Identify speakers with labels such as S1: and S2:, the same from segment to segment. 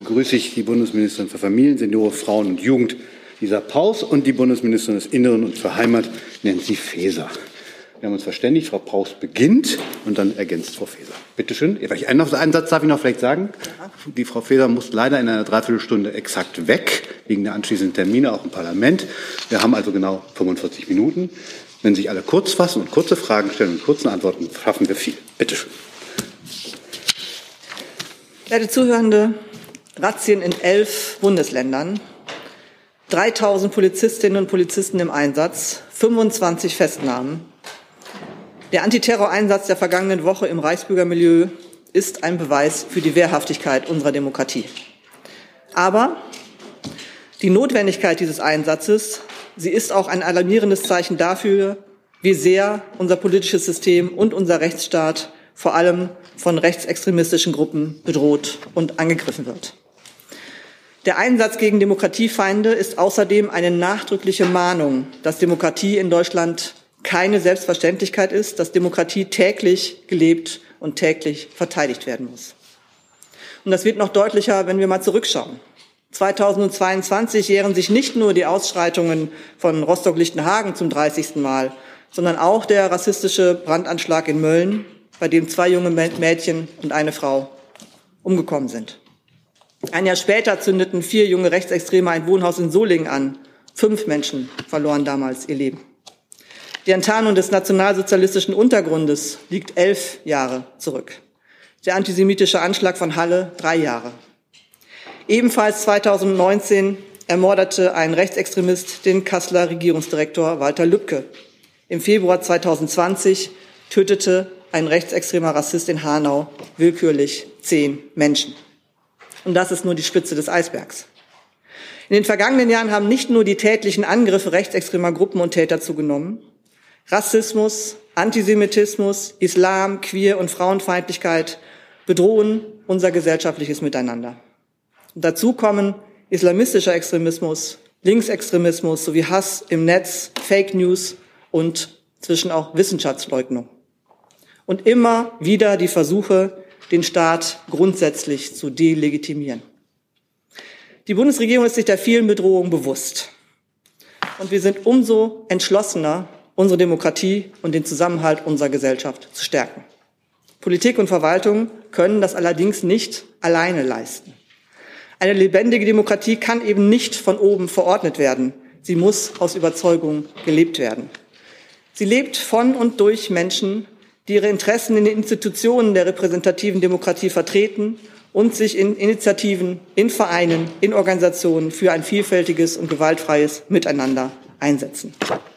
S1: begrüße ich die Bundesministerin für Familien, Senioren, Frauen und Jugend, Lisa Paus, und die Bundesministerin des Inneren und für Heimat, Nancy Faeser. Wir haben uns verständigt, Frau Paus beginnt und dann ergänzt Frau Faeser. Bitte schön. Einen Satz darf ich noch vielleicht sagen. Die Frau Faeser muss leider in einer Dreiviertelstunde exakt weg, wegen der anschließenden Termine, auch im Parlament. Wir haben also genau 45 Minuten. Wenn sich alle kurz fassen und kurze Fragen stellen und kurze Antworten, schaffen wir viel. Bitte schön.
S2: Werte Zuhörende, Razzien in 11 Bundesländern, 3.000 Polizistinnen und Polizisten im Einsatz, 25 Festnahmen. Der Antiterroreinsatz der vergangenen Woche im Reichsbürgermilieu ist ein Beweis für die Wehrhaftigkeit unserer Demokratie. Aber die Notwendigkeit dieses Einsatzes, sie ist auch ein alarmierendes Zeichen dafür, wie sehr unser politisches System und unser Rechtsstaat vor allem von rechtsextremistischen Gruppen bedroht und angegriffen wird. Der Einsatz gegen Demokratiefeinde ist außerdem eine nachdrückliche Mahnung, dass Demokratie in Deutschland keine Selbstverständlichkeit ist, dass Demokratie täglich gelebt und täglich verteidigt werden muss. Und das wird noch deutlicher, wenn wir mal zurückschauen. 2022 jähren sich nicht nur die Ausschreitungen von Rostock-Lichtenhagen zum 30. Mal, sondern auch der rassistische Brandanschlag in Mölln, bei dem 2 junge Mädchen und eine Frau umgekommen sind. Ein Jahr später zündeten 4 junge Rechtsextreme ein Wohnhaus in Solingen an. 5 Menschen verloren damals ihr Leben. Die Enttarnung des nationalsozialistischen Untergrundes liegt 11 Jahre zurück. Der antisemitische Anschlag von Halle 3 Jahre. Ebenfalls 2019 ermordete ein Rechtsextremist den Kasseler Regierungsdirektor Walter Lübcke. Im Februar 2020 tötete ein rechtsextremer Rassist in Hanau willkürlich 10 Menschen. Und das ist nur die Spitze des Eisbergs. In den vergangenen Jahren haben nicht nur die tätlichen Angriffe rechtsextremer Gruppen und Täter zugenommen. Rassismus, Antisemitismus, Islam, Queer- und Frauenfeindlichkeit bedrohen unser gesellschaftliches Miteinander. Und dazu kommen islamistischer Extremismus, Linksextremismus sowie Hass im Netz, Fake News und inzwischen auch Wissenschaftsleugnung. Und immer wieder die Versuche, den Staat grundsätzlich zu delegitimieren. Die Bundesregierung ist sich der vielen Bedrohungen bewusst. Und wir sind umso entschlossener, unsere Demokratie und den Zusammenhalt unserer Gesellschaft zu stärken. Politik und Verwaltung können das allerdings nicht alleine leisten. Eine lebendige Demokratie kann eben nicht von oben verordnet werden. Sie muss aus Überzeugung gelebt werden. Sie lebt von und durch Menschen, die ihre Interessen in den Institutionen der repräsentativen Demokratie vertreten und sich in Initiativen, in Vereinen, in Organisationen für ein vielfältiges und gewaltfreies Miteinander einsetzen.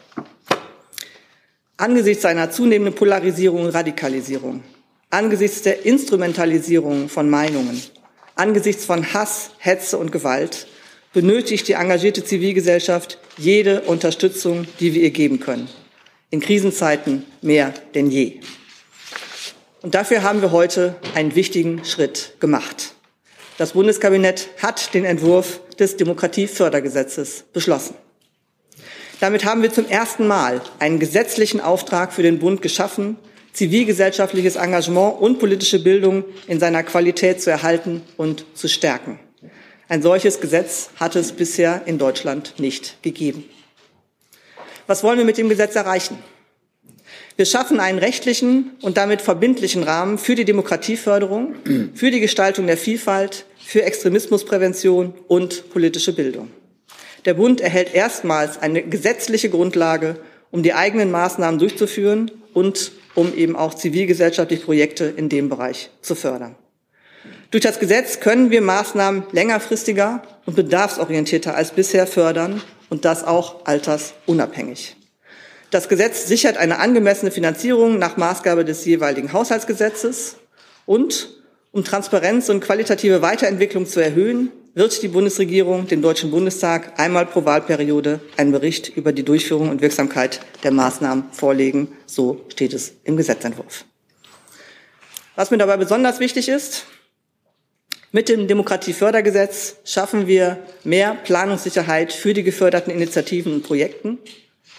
S2: Angesichts einer zunehmenden Polarisierung und Radikalisierung, angesichts der Instrumentalisierung von Meinungen, angesichts von Hass, Hetze und Gewalt benötigt die engagierte Zivilgesellschaft jede Unterstützung, die wir ihr geben können. In Krisenzeiten mehr denn je. Und dafür haben wir heute einen wichtigen Schritt gemacht. Das Bundeskabinett hat den Entwurf des Demokratiefördergesetzes beschlossen. Damit haben wir zum ersten Mal einen gesetzlichen Auftrag für den Bund geschaffen, zivilgesellschaftliches Engagement und politische Bildung in seiner Qualität zu erhalten und zu stärken. Ein solches Gesetz hat es bisher in Deutschland nicht gegeben. Was wollen wir mit dem Gesetz erreichen? Wir schaffen einen rechtlichen und damit verbindlichen Rahmen für die Demokratieförderung, für die Gestaltung der Vielfalt, für Extremismusprävention und politische Bildung. Der Bund erhält erstmals eine gesetzliche Grundlage, um die eigenen Maßnahmen durchzuführen und um eben auch zivilgesellschaftliche Projekte in dem Bereich zu fördern. Durch das Gesetz können wir Maßnahmen längerfristiger und bedarfsorientierter als bisher fördern und das auch altersunabhängig. Das Gesetz sichert eine angemessene Finanzierung nach Maßgabe des jeweiligen Haushaltsgesetzes und um Transparenz und qualitative Weiterentwicklung zu erhöhen, wird die Bundesregierung dem Deutschen Bundestag einmal pro Wahlperiode einen Bericht über die Durchführung und Wirksamkeit der Maßnahmen vorlegen. So steht es im Gesetzentwurf. Was mir dabei besonders wichtig ist: Mit dem Demokratiefördergesetz schaffen wir mehr Planungssicherheit für die geförderten Initiativen und Projekten.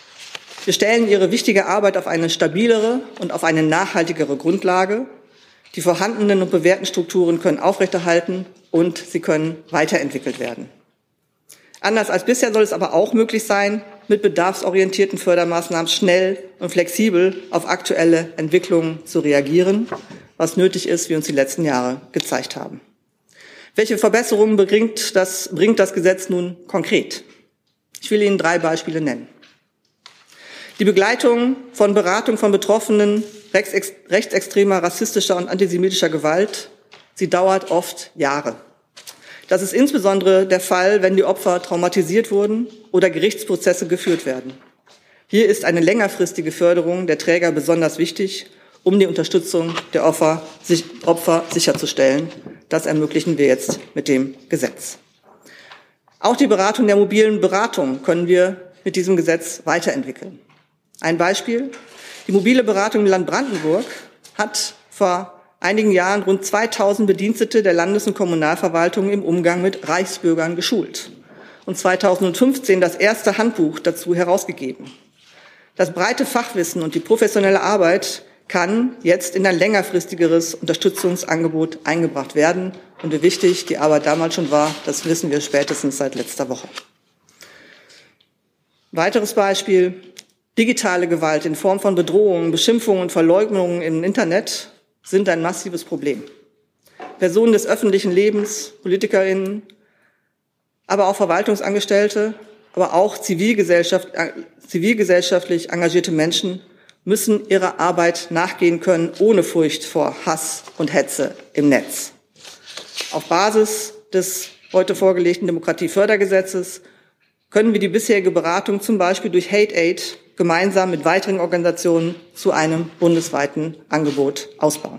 S2: Wir stellen ihre wichtige Arbeit auf eine stabilere und auf eine nachhaltigere Grundlage. Die vorhandenen und bewährten Strukturen können aufrechterhalten und sie können weiterentwickelt werden. Anders als bisher soll es aber auch möglich sein, mit bedarfsorientierten Fördermaßnahmen schnell und flexibel auf aktuelle Entwicklungen zu reagieren, was nötig ist, wie uns die letzten Jahre gezeigt haben. Welche Verbesserungen bringt das Gesetz nun konkret? Ich will Ihnen 3 Beispiele nennen. Die Begleitung von Beratung von Betroffenen rechtsextremer, rassistischer und antisemitischer Gewalt, sie dauert oft Jahre. Das ist insbesondere der Fall, wenn die Opfer traumatisiert wurden oder Gerichtsprozesse geführt werden. Hier ist eine längerfristige Förderung der Träger besonders wichtig, um die Unterstützung der Opfer sicherzustellen. Das ermöglichen wir jetzt mit dem Gesetz. Auch die Beratung der mobilen Beratung können wir mit diesem Gesetz weiterentwickeln. Ein Beispiel: Die mobile Beratung im Land Brandenburg hat vor einigen Jahren rund 2000 Bedienstete der Landes- und Kommunalverwaltung im Umgang mit Reichsbürgern geschult und 2015 das erste Handbuch dazu herausgegeben. Das breite Fachwissen und die professionelle Arbeit kann jetzt in ein längerfristigeres Unterstützungsangebot eingebracht werden. Und wie wichtig die Arbeit damals schon war, das wissen wir spätestens seit letzter Woche. Weiteres Beispiel: Digitale Gewalt in Form von Bedrohungen, Beschimpfungen und Verleugnungen im Internet sind ein massives Problem. Personen des öffentlichen Lebens, PolitikerInnen, aber auch Verwaltungsangestellte, aber auch zivilgesellschaftlich engagierte Menschen müssen ihrer Arbeit nachgehen können, ohne Furcht vor Hass und Hetze im Netz. Auf Basis des heute vorgelegten Demokratiefördergesetzes können wir die bisherige Beratung zum Beispiel durch Hate Aid gemeinsam mit weiteren Organisationen zu einem bundesweiten Angebot ausbauen.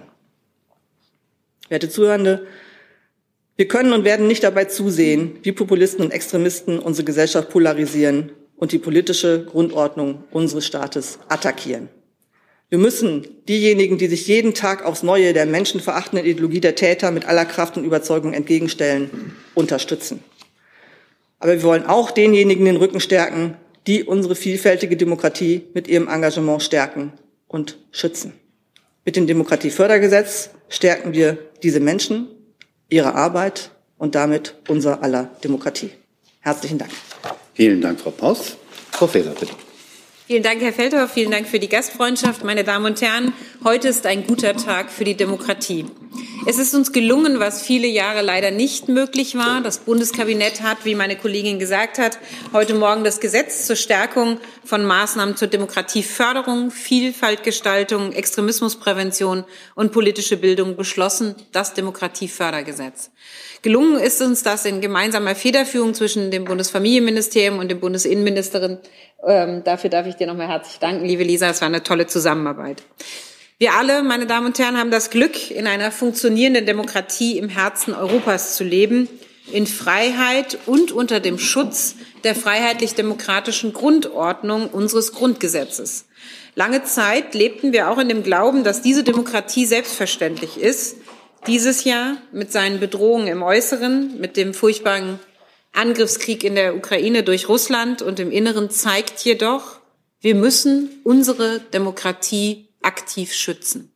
S2: Werte Zuhörende, wir können und werden nicht dabei zusehen, wie Populisten und Extremisten unsere Gesellschaft polarisieren und die politische Grundordnung unseres Staates attackieren. Wir müssen diejenigen, die sich jeden Tag aufs Neue der menschenverachtenden Ideologie der Täter mit aller Kraft und Überzeugung entgegenstellen, unterstützen. Aber wir wollen auch denjenigen den Rücken stärken, die unsere vielfältige Demokratie mit ihrem Engagement stärken und schützen. Mit dem Demokratiefördergesetz stärken wir diese Menschen, ihre Arbeit und damit unser aller Demokratie. Herzlichen Dank.
S1: Vielen Dank, Frau Paus. Frau Faeser, bitte.
S3: Vielen Dank, Herr Feldhoff. Vielen Dank für die Gastfreundschaft. Meine Damen und Herren, heute ist ein guter Tag für die Demokratie. Es ist uns gelungen, was viele Jahre leider nicht möglich war. Das Bundeskabinett hat, wie meine Kollegin gesagt hat, heute Morgen das Gesetz zur Stärkung von Maßnahmen zur Demokratieförderung, Vielfaltgestaltung, Extremismusprävention und politische Bildung beschlossen, das Demokratiefördergesetz. Gelungen ist uns das in gemeinsamer Federführung zwischen dem Bundesfamilienministerium und dem Bundesinnenministerin. Dafür darf ich dir nochmal herzlich danken, liebe Lisa. Es war eine tolle Zusammenarbeit. Wir alle, meine Damen und Herren, haben das Glück, in einer funktionierenden Demokratie im Herzen Europas zu leben, in Freiheit und unter dem Schutz der freiheitlich-demokratischen Grundordnung unseres Grundgesetzes. Lange Zeit lebten wir auch in dem Glauben, dass diese Demokratie selbstverständlich ist. Dieses Jahr mit seinen Bedrohungen im Äußeren, mit dem furchtbaren Angriffskrieg in der Ukraine durch Russland und im Inneren zeigt jedoch, wir müssen unsere Demokratie aktiv schützen.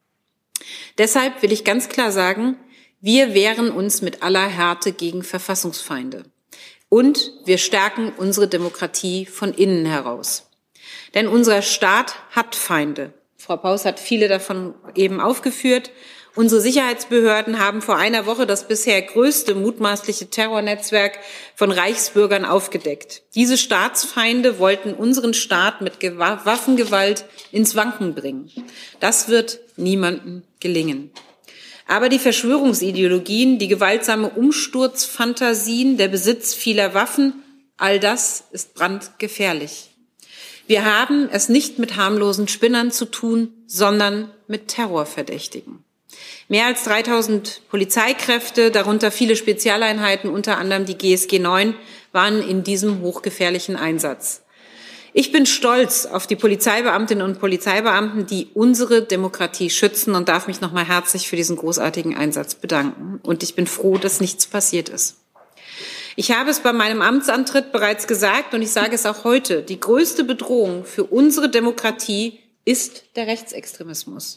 S3: Deshalb will ich ganz klar sagen, wir wehren uns mit aller Härte gegen Verfassungsfeinde. Und wir stärken unsere Demokratie von innen heraus. Denn unser Staat hat Feinde. Frau Paus hat viele davon eben aufgeführt. Unsere Sicherheitsbehörden haben vor einer Woche das bisher größte mutmaßliche Terrornetzwerk von Reichsbürgern aufgedeckt. Diese Staatsfeinde wollten unseren Staat mit Waffengewalt ins Wanken bringen. Das wird niemandem gelingen. Aber die Verschwörungsideologien, die gewaltsame Umsturzfantasien, der Besitz vieler Waffen, all das ist brandgefährlich. Wir haben es nicht mit harmlosen Spinnern zu tun, sondern mit Terrorverdächtigen. Mehr als 3000 Polizeikräfte, darunter viele Spezialeinheiten, unter anderem die GSG 9, waren in diesem hochgefährlichen Einsatz. Ich bin stolz auf die Polizeibeamtinnen und Polizeibeamten, die unsere Demokratie schützen, und darf mich nochmal herzlich für diesen großartigen Einsatz bedanken. Und ich bin froh, dass nichts passiert ist. Ich habe es bei meinem Amtsantritt bereits gesagt und ich sage es auch heute. Die größte Bedrohung für unsere Demokratie ist der Rechtsextremismus.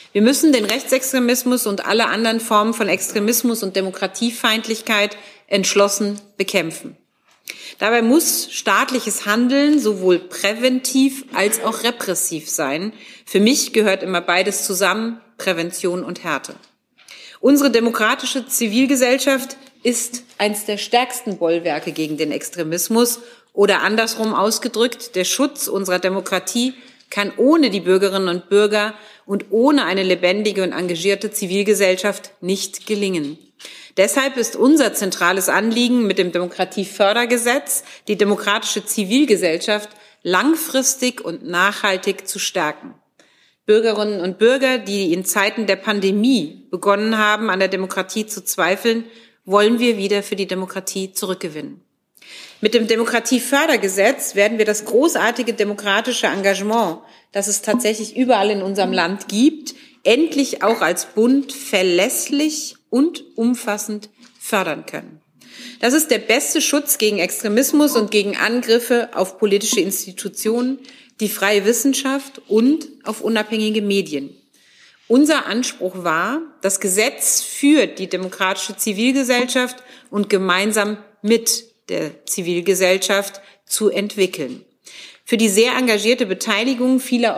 S3: Wir müssen den Rechtsextremismus und alle anderen Formen von Extremismus und Demokratiefeindlichkeit entschlossen bekämpfen. Dabei muss staatliches Handeln sowohl präventiv als auch repressiv sein. Für mich gehört immer beides zusammen, Prävention und Härte. Unsere demokratische Zivilgesellschaft ist eines der stärksten Bollwerke gegen den Extremismus oder andersrum ausgedrückt, der Schutz unserer Demokratie kann ohne die Bürgerinnen und Bürger und ohne eine lebendige und engagierte Zivilgesellschaft nicht gelingen. Deshalb ist unser zentrales Anliegen mit dem Demokratiefördergesetz, die demokratische Zivilgesellschaft langfristig und nachhaltig zu stärken. Bürgerinnen und Bürger, die in Zeiten der Pandemie begonnen haben, an der Demokratie zu zweifeln, wollen wir wieder für die Demokratie zurückgewinnen. Mit dem Demokratiefördergesetz werden wir das großartige demokratische Engagement, das es tatsächlich überall in unserem Land gibt, endlich auch als Bund verlässlich und umfassend fördern können. Das ist der beste Schutz gegen Extremismus und gegen Angriffe auf politische Institutionen, die freie Wissenschaft und auf unabhängige Medien. Unser Anspruch war, das Gesetz für die demokratische Zivilgesellschaft und gemeinsam mit der Zivilgesellschaft zu entwickeln. Für die sehr engagierte Beteiligung vieler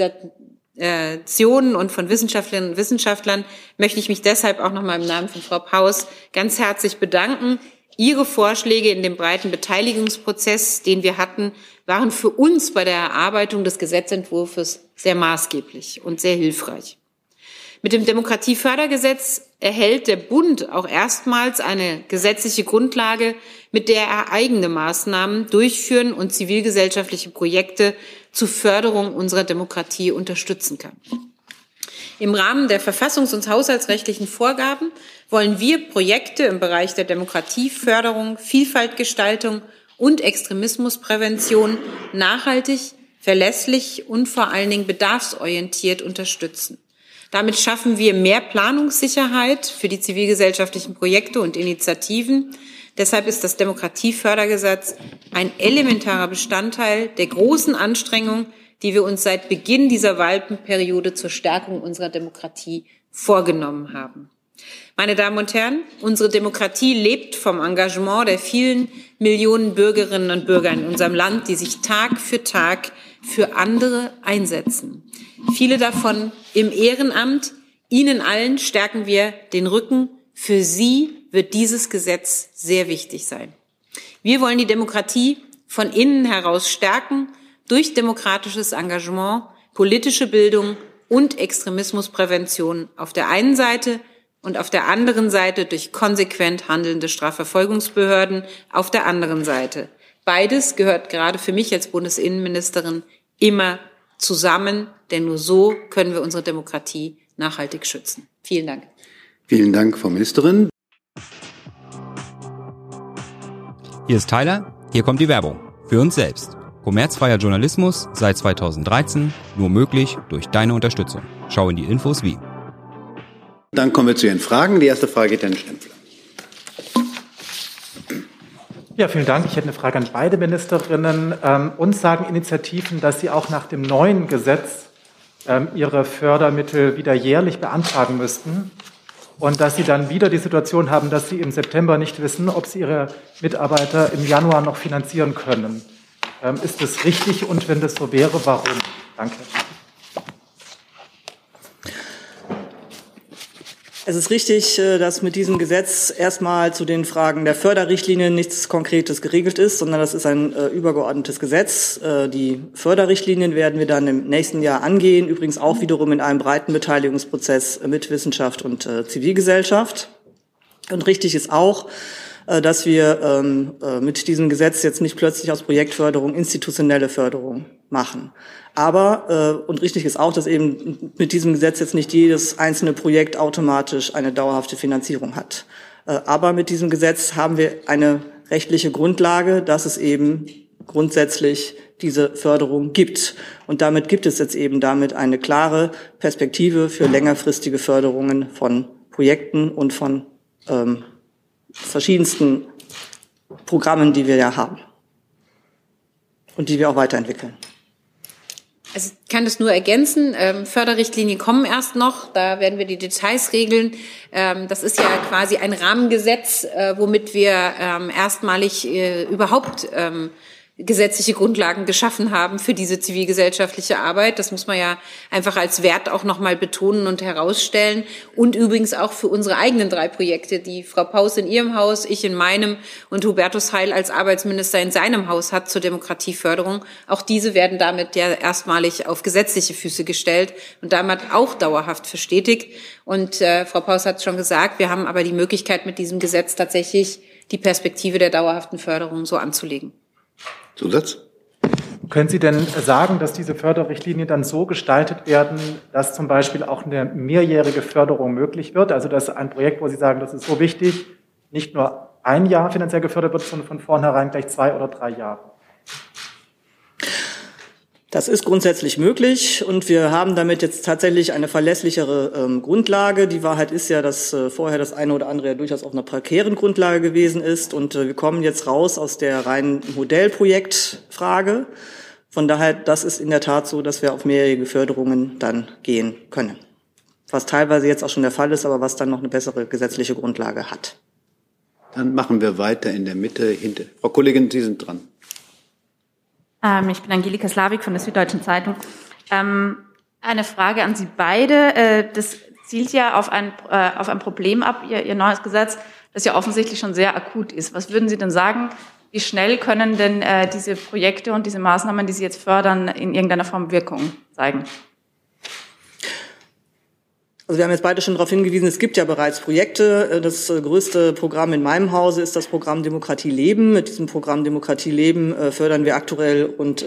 S3: Organisationen und von Wissenschaftlerinnen und Wissenschaftlern möchte ich mich deshalb auch nochmal im Namen von Frau Paus ganz herzlich bedanken. Ihre Vorschläge in dem breiten Beteiligungsprozess, den wir hatten, waren für uns bei der Erarbeitung des Gesetzentwurfs sehr maßgeblich und sehr hilfreich. Mit dem Demokratiefördergesetz erhält der Bund auch erstmals eine gesetzliche Grundlage, mit der er eigene Maßnahmen durchführen und zivilgesellschaftliche Projekte zur Förderung unserer Demokratie unterstützen kann. Im Rahmen der verfassungs- und haushaltsrechtlichen Vorgaben wollen wir Projekte im Bereich der Demokratieförderung, Vielfaltgestaltung und Extremismusprävention nachhaltig, verlässlich und vor allen Dingen bedarfsorientiert unterstützen. Damit schaffen wir mehr Planungssicherheit für die zivilgesellschaftlichen Projekte und Initiativen. Deshalb ist das Demokratiefördergesetz ein elementarer Bestandteil der großen Anstrengung, die wir uns seit Beginn dieser Wahlperiode zur Stärkung unserer Demokratie vorgenommen haben. Meine Damen und Herren, unsere Demokratie lebt vom Engagement der vielen Millionen Bürgerinnen und Bürger in unserem Land, die sich Tag für Tag für andere einsetzen. Viele davon im Ehrenamt. Ihnen allen stärken wir den Rücken. Für Sie wird dieses Gesetz sehr wichtig sein. Wir wollen die Demokratie von innen heraus stärken durch demokratisches Engagement, politische Bildung und Extremismusprävention auf der einen Seite und auf der anderen Seite durch konsequent handelnde Strafverfolgungsbehörden auf der anderen Seite. Beides gehört gerade für mich als Bundesinnenministerin immer zusammen, denn nur so können wir unsere Demokratie nachhaltig schützen. Vielen Dank.
S1: Vielen Dank, Frau Ministerin.
S4: Hier ist Tyler, hier kommt die Werbung. Für uns selbst. Kommerzfreier Journalismus seit 2013, nur möglich durch deine Unterstützung. Schau in die Infos wie.
S1: Dann kommen wir zu Ihren Fragen. Die erste Frage geht an Stempfler.
S5: Ja, vielen Dank. Ich hätte eine Frage an beide Ministerinnen. Uns sagen Initiativen, dass sie auch nach dem neuen Gesetz ihre Fördermittel wieder jährlich beantragen müssten und dass sie dann wieder die Situation haben, dass sie im September nicht wissen, ob sie ihre Mitarbeiter im Januar noch finanzieren können. Ist das richtig und wenn das so wäre, warum? Danke.
S2: Es ist richtig, dass mit diesem Gesetz erstmal zu den Fragen der Förderrichtlinien nichts Konkretes geregelt ist, sondern das ist ein übergeordnetes Gesetz. Die Förderrichtlinien werden wir dann im nächsten Jahr angehen, übrigens auch wiederum in einem breiten Beteiligungsprozess mit Wissenschaft und Zivilgesellschaft. Und richtig ist auch, dass wir mit diesem Gesetz jetzt nicht plötzlich aus Projektförderung institutionelle Förderung machen. Aber, und richtig ist auch, dass eben mit diesem Gesetz jetzt nicht jedes einzelne Projekt automatisch eine dauerhafte Finanzierung hat. Aber mit diesem Gesetz haben wir eine rechtliche Grundlage, dass es eben grundsätzlich diese Förderung gibt. Und damit gibt es jetzt eben damit eine klare Perspektive für längerfristige Förderungen von Projekten und von verschiedensten Programmen, die wir ja haben und die wir auch weiterentwickeln.
S3: Also ich kann das nur ergänzen. Förderrichtlinien kommen erst noch. Da werden wir die Details regeln. Das ist ja quasi ein Rahmengesetz, womit wir erstmalig überhaupt gesetzliche Grundlagen geschaffen haben für diese zivilgesellschaftliche Arbeit. Das muss man ja einfach als Wert auch nochmal betonen und herausstellen. Und übrigens auch für unsere eigenen 3 Projekte, die Frau Paus in ihrem Haus, ich in meinem und Hubertus Heil als Arbeitsminister in seinem Haus hat zur Demokratieförderung. Auch diese werden damit ja erstmalig auf gesetzliche Füße gestellt und damit auch dauerhaft verstetigt. Und Frau Paus hat es schon gesagt, wir haben aber die Möglichkeit, mit diesem Gesetz tatsächlich die Perspektive der dauerhaften Förderung so anzulegen.
S1: Zusatz?
S5: Können Sie denn sagen, dass diese Förderrichtlinien dann so gestaltet werden, dass zum Beispiel auch eine mehrjährige Förderung möglich wird? Also dass ein Projekt, wo Sie sagen, das ist so wichtig, nicht nur ein Jahr finanziell gefördert wird, sondern von vornherein gleich 2 oder 3 Jahre?
S2: Das ist grundsätzlich möglich und wir haben damit jetzt tatsächlich eine verlässlichere Grundlage. Die Wahrheit ist ja, dass vorher das eine oder andere ja durchaus auf einer prekären Grundlage gewesen ist und wir kommen jetzt raus aus der reinen Modellprojektfrage. Von daher, das ist in der Tat so, dass wir auf mehrjährige Förderungen dann gehen können. Was teilweise jetzt auch schon der Fall ist, aber was dann noch eine bessere gesetzliche Grundlage hat.
S1: Dann machen wir weiter in der Mitte hinter. Frau Kollegin, Sie sind dran.
S6: Ich bin Angelika Slavik von der Süddeutschen Zeitung. Eine Frage an Sie beide. Das zielt ja auf ein Problem ab, Ihr neues Gesetz, das ja offensichtlich schon sehr akut ist. Was würden Sie denn sagen, wie schnell können denn diese Projekte und diese Maßnahmen, die Sie jetzt fördern, in irgendeiner Form Wirkung zeigen?
S2: Also wir haben jetzt beide schon darauf hingewiesen, es gibt ja bereits Projekte. Das größte Programm in meinem Hause ist das Programm Demokratie Leben. Mit diesem Programm Demokratie Leben fördern wir aktuell rund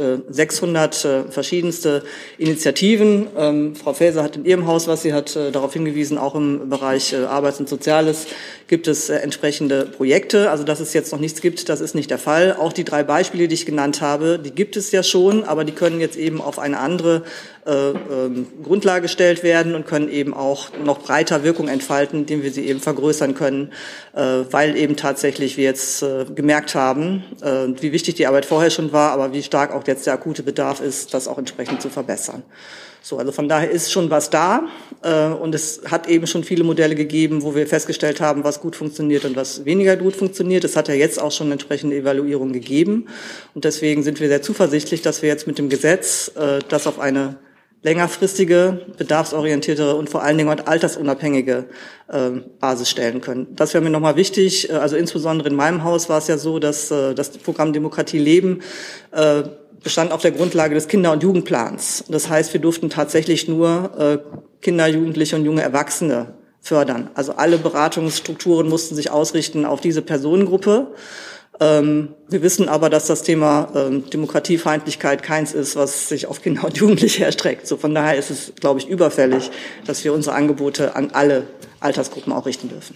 S2: 600 verschiedenste Initiativen. Frau Faeser hat in ihrem Haus, was sie hat, darauf hingewiesen, auch im Bereich Arbeits- und Soziales gibt es entsprechende Projekte. Also dass es jetzt noch nichts gibt, das ist nicht der Fall. Auch die 3 Beispiele, die ich genannt habe, die gibt es ja schon, aber die können jetzt eben auf eine andere Grundlage gestellt werden und können eben auch noch breiter Wirkung entfalten, indem wir sie eben vergrößern können, weil eben tatsächlich wir jetzt gemerkt haben, wie wichtig die Arbeit vorher schon war, aber wie stark auch jetzt der akute Bedarf ist, das auch entsprechend zu verbessern. So, also von daher ist schon was da und es hat eben schon viele Modelle gegeben, wo wir festgestellt haben, was gut funktioniert und was weniger gut funktioniert. Es hat ja jetzt auch schon entsprechende Evaluierungen gegeben und deswegen sind wir sehr zuversichtlich, dass wir jetzt mit dem Gesetz das auf eine längerfristige, bedarfsorientierte und vor allen Dingen auch altersunabhängige Basis stellen können. Das wäre mir nochmal wichtig. Also insbesondere in meinem Haus war es ja so, dass das Programm Demokratie Leben bestand auf der Grundlage des Kinder- und Jugendplans. Das heißt, wir durften tatsächlich nur Kinder, Jugendliche und junge Erwachsene fördern. Also alle Beratungsstrukturen mussten sich ausrichten auf diese Personengruppe. Wir wissen aber, dass das Thema Demokratiefeindlichkeit keins ist, was sich auf Kinder und Jugendliche erstreckt. So von daher ist es, glaube ich, überfällig, dass wir unsere Angebote an alle Altersgruppen auch richten dürfen.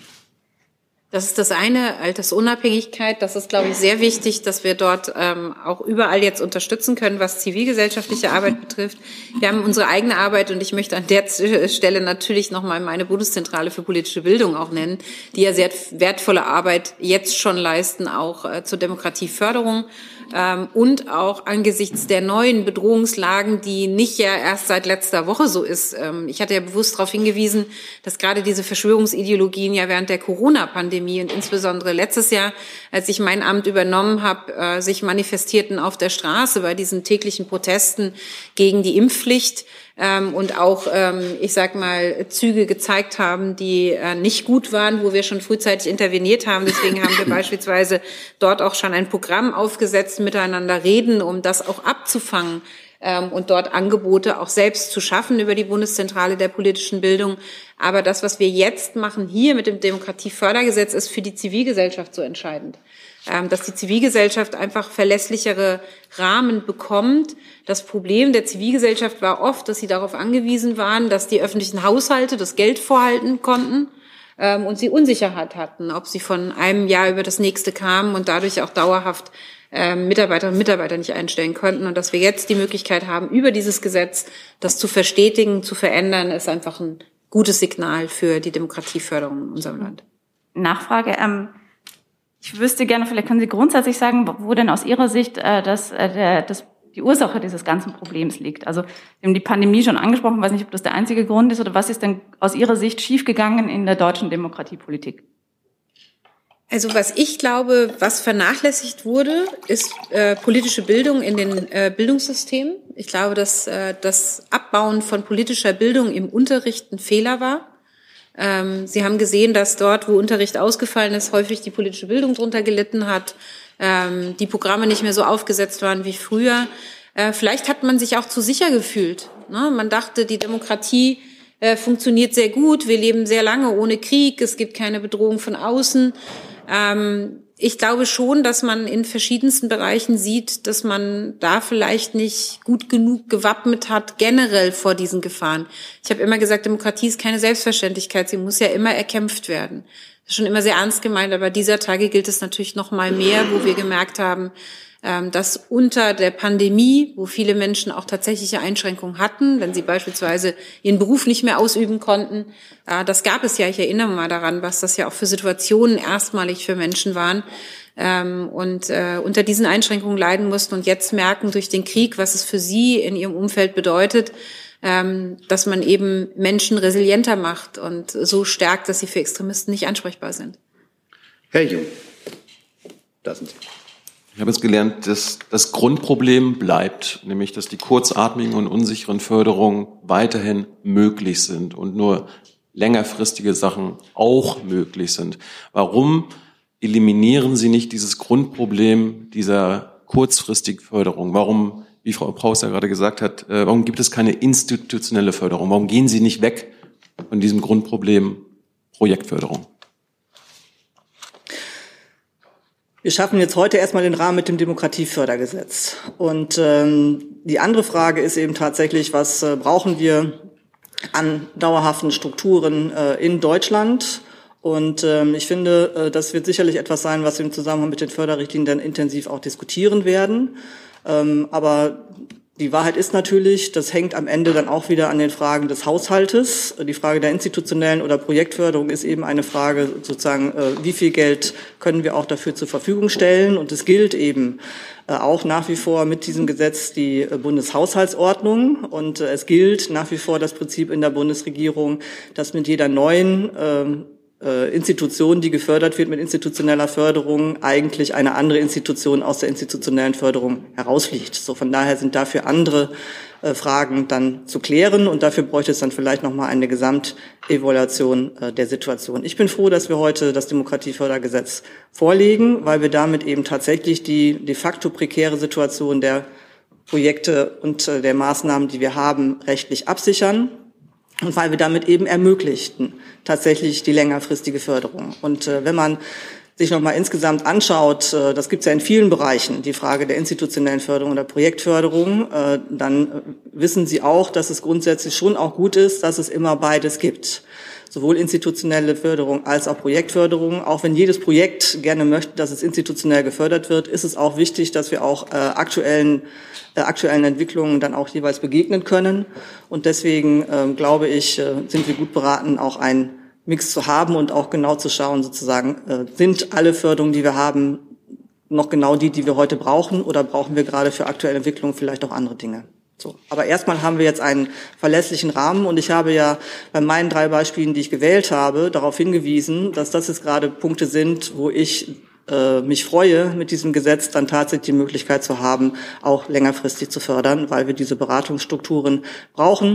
S3: Das ist das eine, Altersunabhängigkeit. Das ist, glaube ich, sehr wichtig, dass wir dort auch überall jetzt unterstützen können, was zivilgesellschaftliche Arbeit betrifft. Wir haben unsere eigene Arbeit und ich möchte an der Stelle natürlich nochmal meine Bundeszentrale für politische Bildung auch nennen, die ja sehr wertvolle Arbeit jetzt schon leisten, auch zur Demokratieförderung. Und auch angesichts der neuen Bedrohungslagen, die nicht ja erst seit letzter Woche so ist. Ich hatte ja bewusst darauf hingewiesen, dass gerade diese Verschwörungsideologien ja während der Corona-Pandemie und insbesondere letztes Jahr, als ich mein Amt übernommen habe, sich manifestierten auf der Straße bei diesen täglichen Protesten gegen die Impfpflicht. Und auch, ich sag mal, Züge gezeigt haben, die nicht gut waren, wo wir schon frühzeitig interveniert haben. Deswegen haben wir beispielsweise dort auch schon ein Programm aufgesetzt, miteinander reden, um das auch abzufangen und dort Angebote auch selbst zu schaffen über die Bundeszentrale der politischen Bildung. Aber das, was wir jetzt machen hier mit dem Demokratiefördergesetz, ist für die Zivilgesellschaft so entscheidend. Dass die Zivilgesellschaft einfach verlässlichere Rahmen bekommt. Das Problem der Zivilgesellschaft war oft, dass sie darauf angewiesen waren, dass die öffentlichen Haushalte das Geld vorhalten konnten und sie Unsicherheit hatten, ob sie von einem Jahr über das nächste kamen und dadurch auch dauerhaft Mitarbeiterinnen und Mitarbeiter nicht einstellen konnten. Und dass wir jetzt die Möglichkeit haben, über dieses Gesetz das zu verstetigen, zu verändern, ist einfach ein gutes Signal für die Demokratieförderung in unserem Land.
S6: Nachfrage. Ich wüsste gerne, vielleicht können Sie grundsätzlich sagen, wo denn aus Ihrer Sicht das die Ursache dieses ganzen Problems liegt. Also Sie haben die Pandemie schon angesprochen, ich weiß nicht, ob das der einzige Grund ist oder was ist denn aus Ihrer Sicht schiefgegangen in der deutschen Demokratiepolitik?
S3: Also was ich glaube, was vernachlässigt wurde, ist politische Bildung in den Bildungssystemen. Ich glaube, dass das Abbauen von politischer Bildung im Unterricht ein Fehler war. Sie haben gesehen, dass dort, wo Unterricht ausgefallen ist, häufig die politische Bildung drunter gelitten hat, die Programme nicht mehr so aufgesetzt waren wie früher. Vielleicht hat man sich auch zu sicher gefühlt. Ne? Man dachte, die Demokratie funktioniert sehr gut, wir leben sehr lange ohne Krieg, es gibt keine Bedrohung von außen. Ich glaube schon, dass man in verschiedensten Bereichen sieht, dass man da vielleicht nicht gut genug gewappnet hat, generell vor diesen Gefahren. Ich habe immer gesagt, Demokratie ist keine Selbstverständlichkeit, sie muss ja immer erkämpft werden. Das ist schon immer sehr ernst gemeint, aber dieser Tage gilt es natürlich noch mal mehr, wo wir gemerkt haben, dass unter der Pandemie, wo viele Menschen auch tatsächliche Einschränkungen hatten, wenn sie beispielsweise ihren Beruf nicht mehr ausüben konnten, das gab es ja, ich erinnere mal daran, was das ja auch für Situationen erstmalig für Menschen waren, und unter diesen Einschränkungen leiden mussten und jetzt merken durch den Krieg, was es für sie in ihrem Umfeld bedeutet, dass man eben Menschen resilienter macht und so stärkt, dass sie für Extremisten nicht ansprechbar sind.
S1: Herr Jung, da sind Sie.
S7: Ich habe jetzt gelernt, dass das Grundproblem bleibt, nämlich dass die kurzatmigen und unsicheren Förderungen weiterhin möglich sind und nur längerfristige Sachen auch möglich sind. Warum eliminieren Sie nicht dieses Grundproblem dieser kurzfristigen Förderung? Warum, wie Frau Paus ja gerade gesagt hat, warum gibt es keine institutionelle Förderung? Warum gehen Sie nicht weg von diesem Grundproblem Projektförderung?
S2: Wir schaffen jetzt heute erstmal den Rahmen mit dem Demokratiefördergesetz. Und die andere Frage ist eben tatsächlich, was brauchen wir an dauerhaften Strukturen in Deutschland? Und ich finde, das wird sicherlich etwas sein, was wir im Zusammenhang mit den Förderrichtlinien dann intensiv auch diskutieren werden. Aber die Wahrheit ist natürlich, das hängt am Ende dann auch wieder an den Fragen des Haushaltes. Die Frage der institutionellen oder Projektförderung ist eben eine Frage sozusagen, wie viel Geld können wir auch dafür zur Verfügung stellen. Und es gilt eben auch nach wie vor mit diesem Gesetz die Bundeshaushaltsordnung. Und es gilt nach wie vor das Prinzip in der Bundesregierung, dass mit jeder neuen Institution, die gefördert wird mit institutioneller Förderung, eigentlich eine andere Institution aus der institutionellen Förderung herausfliegt. So, von daher sind dafür andere Fragen dann zu klären und dafür bräuchte es dann vielleicht nochmal eine Gesamtevaluation der Situation. Ich bin froh, dass wir heute das Demokratiefördergesetz vorlegen, weil wir damit eben tatsächlich die de facto prekäre Situation der Projekte und der Maßnahmen, die wir haben, rechtlich absichern. Und weil wir damit eben ermöglichten, tatsächlich die längerfristige Förderung. Und wenn man sich nochmal insgesamt anschaut, das gibt es ja in vielen Bereichen, die Frage der institutionellen Förderung oder Projektförderung, dann wissen Sie auch, dass es grundsätzlich schon auch gut ist, dass es immer beides gibt. Sowohl institutionelle Förderung als auch Projektförderung. Auch wenn jedes Projekt gerne möchte, dass es institutionell gefördert wird, ist es auch wichtig, dass wir auch aktuellen Entwicklungen dann auch jeweils begegnen können. Und deswegen, glaube ich, sind wir gut beraten, auch einen Mix zu haben und auch genau zu schauen, sozusagen, sind alle Förderungen, die wir haben, noch genau die wir heute brauchen, oder brauchen wir gerade für aktuelle Entwicklungen vielleicht auch andere Dinge? So. Aber erstmal haben wir jetzt einen verlässlichen Rahmen und ich habe ja bei meinen 3 Beispielen, die ich gewählt habe, darauf hingewiesen, dass das jetzt gerade Punkte sind, wo ich mich freue, mit diesem Gesetz dann tatsächlich die Möglichkeit zu haben, auch längerfristig zu fördern, weil wir diese Beratungsstrukturen brauchen,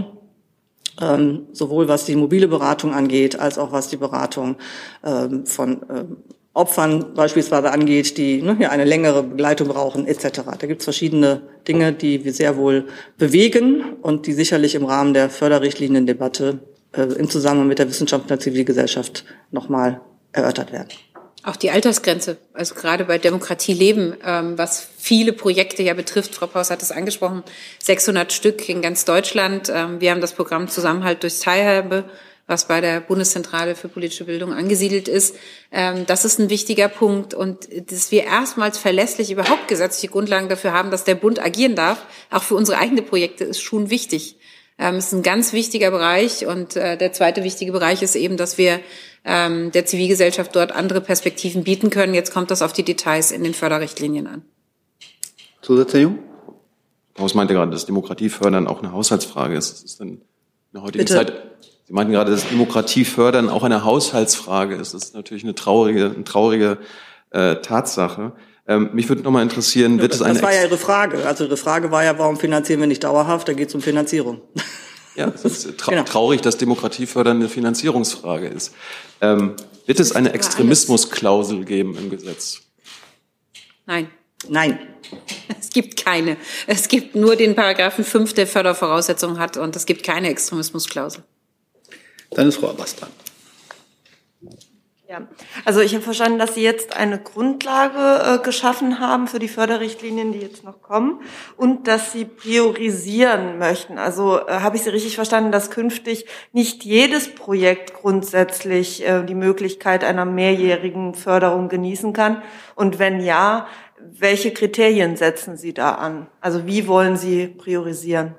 S2: sowohl was die mobile Beratung angeht, als auch was die Beratung von Opfern beispielsweise angeht, die hier eine längere Begleitung brauchen, etc. Da gibt es verschiedene Dinge, die wir sehr wohl bewegen und die sicherlich im Rahmen der Förderrichtliniendebatte im Zusammenhang mit der Wissenschaft und der Zivilgesellschaft nochmal erörtert werden.
S3: Auch die Altersgrenze, also gerade bei Demokratie leben, was viele Projekte ja betrifft, Frau Paus hat es angesprochen, 600 Stück in ganz Deutschland. Wir haben das Programm Zusammenhalt durch Teilhabe, was bei der Bundeszentrale für politische Bildung angesiedelt ist. Das ist ein wichtiger Punkt und dass wir erstmals verlässlich überhaupt gesetzliche Grundlagen dafür haben, dass der Bund agieren darf, auch für unsere eigenen Projekte, ist schon wichtig. Ist ein ganz wichtiger Bereich und der zweite wichtige Bereich ist eben, dass wir der Zivilgesellschaft dort andere Perspektiven bieten können. Jetzt kommt das auf die Details in den Förderrichtlinien an.
S1: Zusatz, Herr Jung?
S7: Paus meinte gerade, dass Demokratiefördern auch eine Haushaltsfrage ist. Das ist dann in der heutigen Zeit. Sie meinten gerade, dass Demokratiefördern auch eine Haushaltsfrage ist. Das ist natürlich eine traurige Tatsache. Mich würde nochmal interessieren, wird es eine...
S2: Das war ja Ihre Frage. Also Ihre Frage war ja, warum finanzieren wir nicht dauerhaft? Da geht es um Finanzierung.
S7: Ja, es ist traurig, dass Demokratiefördern eine Finanzierungsfrage ist. Wird es eine Extremismusklausel geben im Gesetz?
S3: Nein.
S2: Nein.
S3: Es gibt keine. Es gibt nur den Paragraphen 5, der Fördervoraussetzungen hat, und es gibt keine Extremismusklausel.
S1: Dann ist Frau Abbas dran.
S8: Ja, also ich habe verstanden, dass Sie jetzt eine Grundlage geschaffen haben für die Förderrichtlinien, die jetzt noch kommen, und dass Sie priorisieren möchten. Also habe ich Sie richtig verstanden, dass künftig nicht jedes Projekt grundsätzlich die Möglichkeit einer mehrjährigen Förderung genießen kann? Und wenn ja, welche Kriterien setzen Sie da an? Also wie wollen Sie priorisieren?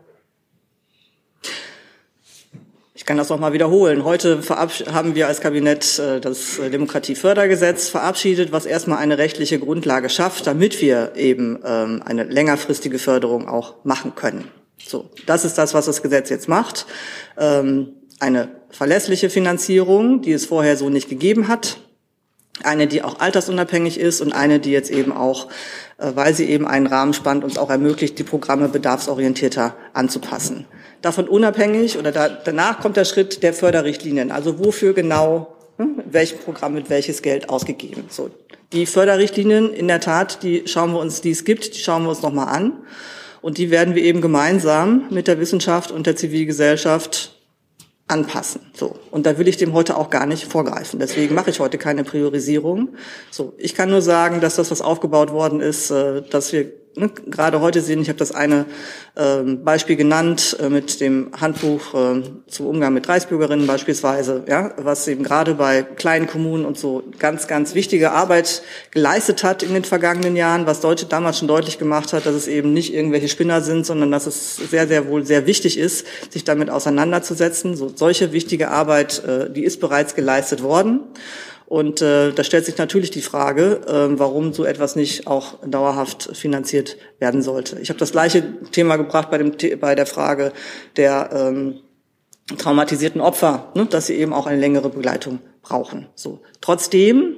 S2: Ich kann das noch mal wiederholen. Heute haben wir als Kabinett das Demokratiefördergesetz verabschiedet, was erstmal eine rechtliche Grundlage schafft, damit wir eben eine längerfristige Förderung auch machen können. So, das ist das, was das Gesetz jetzt macht. Eine verlässliche Finanzierung, die es vorher so nicht gegeben hat. Eine, die auch altersunabhängig ist, und eine, die jetzt eben auch, weil sie eben einen Rahmen spannt, uns auch ermöglicht, die Programme bedarfsorientierter anzupassen. Davon unabhängig oder danach kommt der Schritt der Förderrichtlinien. Also wofür genau, welchem Programm wird welches Geld ausgegeben. So, die Förderrichtlinien, in der Tat, die schauen wir uns, die es gibt, die schauen wir uns nochmal an. Und die werden wir eben gemeinsam mit der Wissenschaft und der Zivilgesellschaft anpassen. So. Und da will ich dem heute auch gar nicht vorgreifen. Deswegen mache ich heute keine Priorisierung. So. Ich kann nur sagen, dass das, was aufgebaut worden ist, dass wir gerade heute sehen, ich habe das eine Beispiel genannt mit dem Handbuch zum Umgang mit Reichsbürgerinnen beispielsweise, ja, was eben gerade bei kleinen Kommunen und so ganz, ganz wichtige Arbeit geleistet hat in den vergangenen Jahren, was Deutsche damals schon deutlich gemacht hat, dass es eben nicht irgendwelche Spinner sind, sondern dass es sehr, sehr wohl sehr wichtig ist, sich damit auseinanderzusetzen. So, solche wichtige Arbeit, die ist bereits geleistet worden. Und da stellt sich natürlich die Frage, warum so etwas nicht auch dauerhaft finanziert werden sollte. Ich habe das gleiche Thema gebracht bei der Frage der traumatisierten Opfer, ne, dass sie eben auch eine längere Begleitung brauchen. So. Trotzdem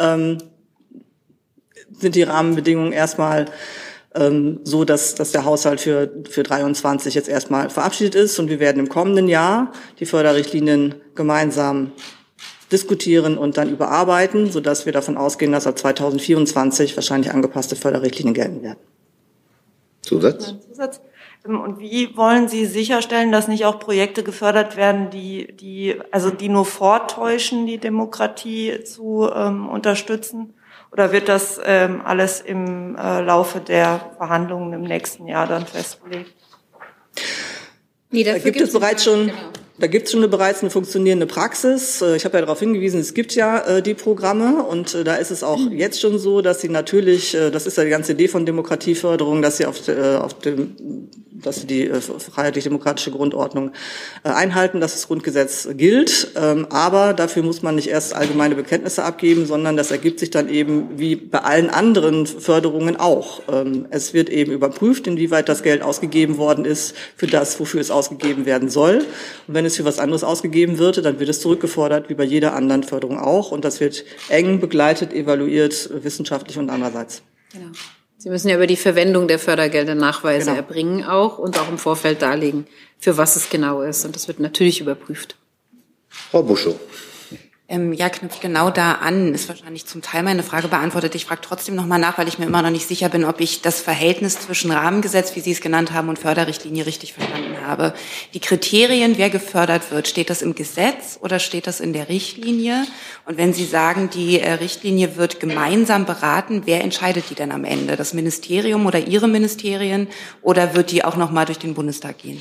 S2: sind die Rahmenbedingungen erstmal so, dass der Haushalt für 23 jetzt erstmal verabschiedet ist, und wir werden im kommenden Jahr die Förderrichtlinien gemeinsam diskutieren und dann überarbeiten, sodass wir davon ausgehen, dass ab 2024 wahrscheinlich angepasste Förderrichtlinien gelten werden.
S1: Zusatz?
S8: Und wie wollen Sie sicherstellen, dass nicht auch Projekte gefördert werden, die nur vortäuschen, die Demokratie zu unterstützen? Oder wird das alles im Laufe der Verhandlungen im nächsten Jahr dann festgelegt?
S3: Nee,
S2: da gibt es bereits schon. Genau. Da gibt es schon bereits eine funktionierende Praxis. Ich habe ja darauf hingewiesen, es gibt ja die Programme, und da ist es auch jetzt schon so, dass sie natürlich, das ist ja die ganze Idee von Demokratieförderung, dass sie dass sie die freiheitlich-demokratische Grundordnung einhalten, dass das Grundgesetz gilt. Aber dafür muss man nicht erst allgemeine Bekenntnisse abgeben, sondern das ergibt sich dann eben wie bei allen anderen Förderungen auch. Es wird eben überprüft, inwieweit das Geld ausgegeben worden ist für das, wofür es ausgegeben werden soll. Und wenn es für was anderes ausgegeben wird, dann wird es zurückgefordert, wie bei jeder anderen Förderung auch. Und das wird eng begleitet, evaluiert, wissenschaftlich und andererseits.
S3: Genau. Sie müssen ja über die Verwendung der Fördergelder Nachweise erbringen auch und auch im Vorfeld darlegen, für was es genau ist. Und das wird natürlich überprüft.
S1: Frau Buschow.
S9: Ja, knüpft genau da an, ist wahrscheinlich zum Teil meine Frage beantwortet. Ich frage trotzdem nochmal nach, weil ich mir immer noch nicht sicher bin, ob ich das Verhältnis zwischen Rahmengesetz, wie Sie es genannt haben, und Förderrichtlinie richtig verstanden habe. Die Kriterien, wer gefördert wird, steht das im Gesetz oder steht das in der Richtlinie? Und wenn Sie sagen, die Richtlinie wird gemeinsam beraten, wer entscheidet die denn am Ende? Das Ministerium oder Ihre Ministerien, oder wird die auch nochmal durch den Bundestag gehen?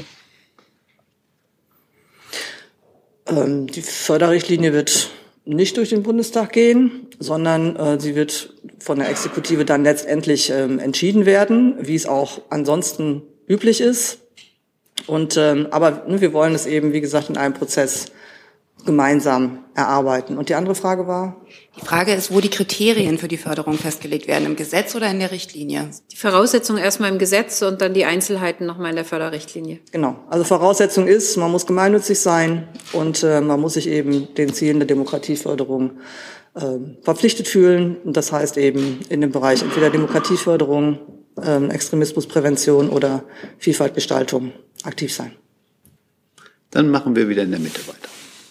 S2: Die Förderrichtlinie wird nicht durch den Bundestag gehen, sondern sie wird von der Exekutive dann letztendlich entschieden werden, wie es auch ansonsten üblich ist. Und aber wir wollen es eben, wie gesagt, in einem Prozess gemeinsam erarbeiten. Und die andere Frage war?
S9: Die Frage ist, wo die Kriterien für die Förderung festgelegt werden, im Gesetz oder in der Richtlinie?
S3: Die Voraussetzung erstmal im Gesetz und dann die Einzelheiten nochmal in der Förderrichtlinie.
S2: Genau. Also Voraussetzung ist, man muss gemeinnützig sein und man muss sich eben den Zielen der Demokratieförderung verpflichtet fühlen. Und das heißt eben in dem Bereich entweder Demokratieförderung, Extremismusprävention oder Vielfaltgestaltung aktiv sein.
S1: Dann machen wir wieder in der Mitte weiter.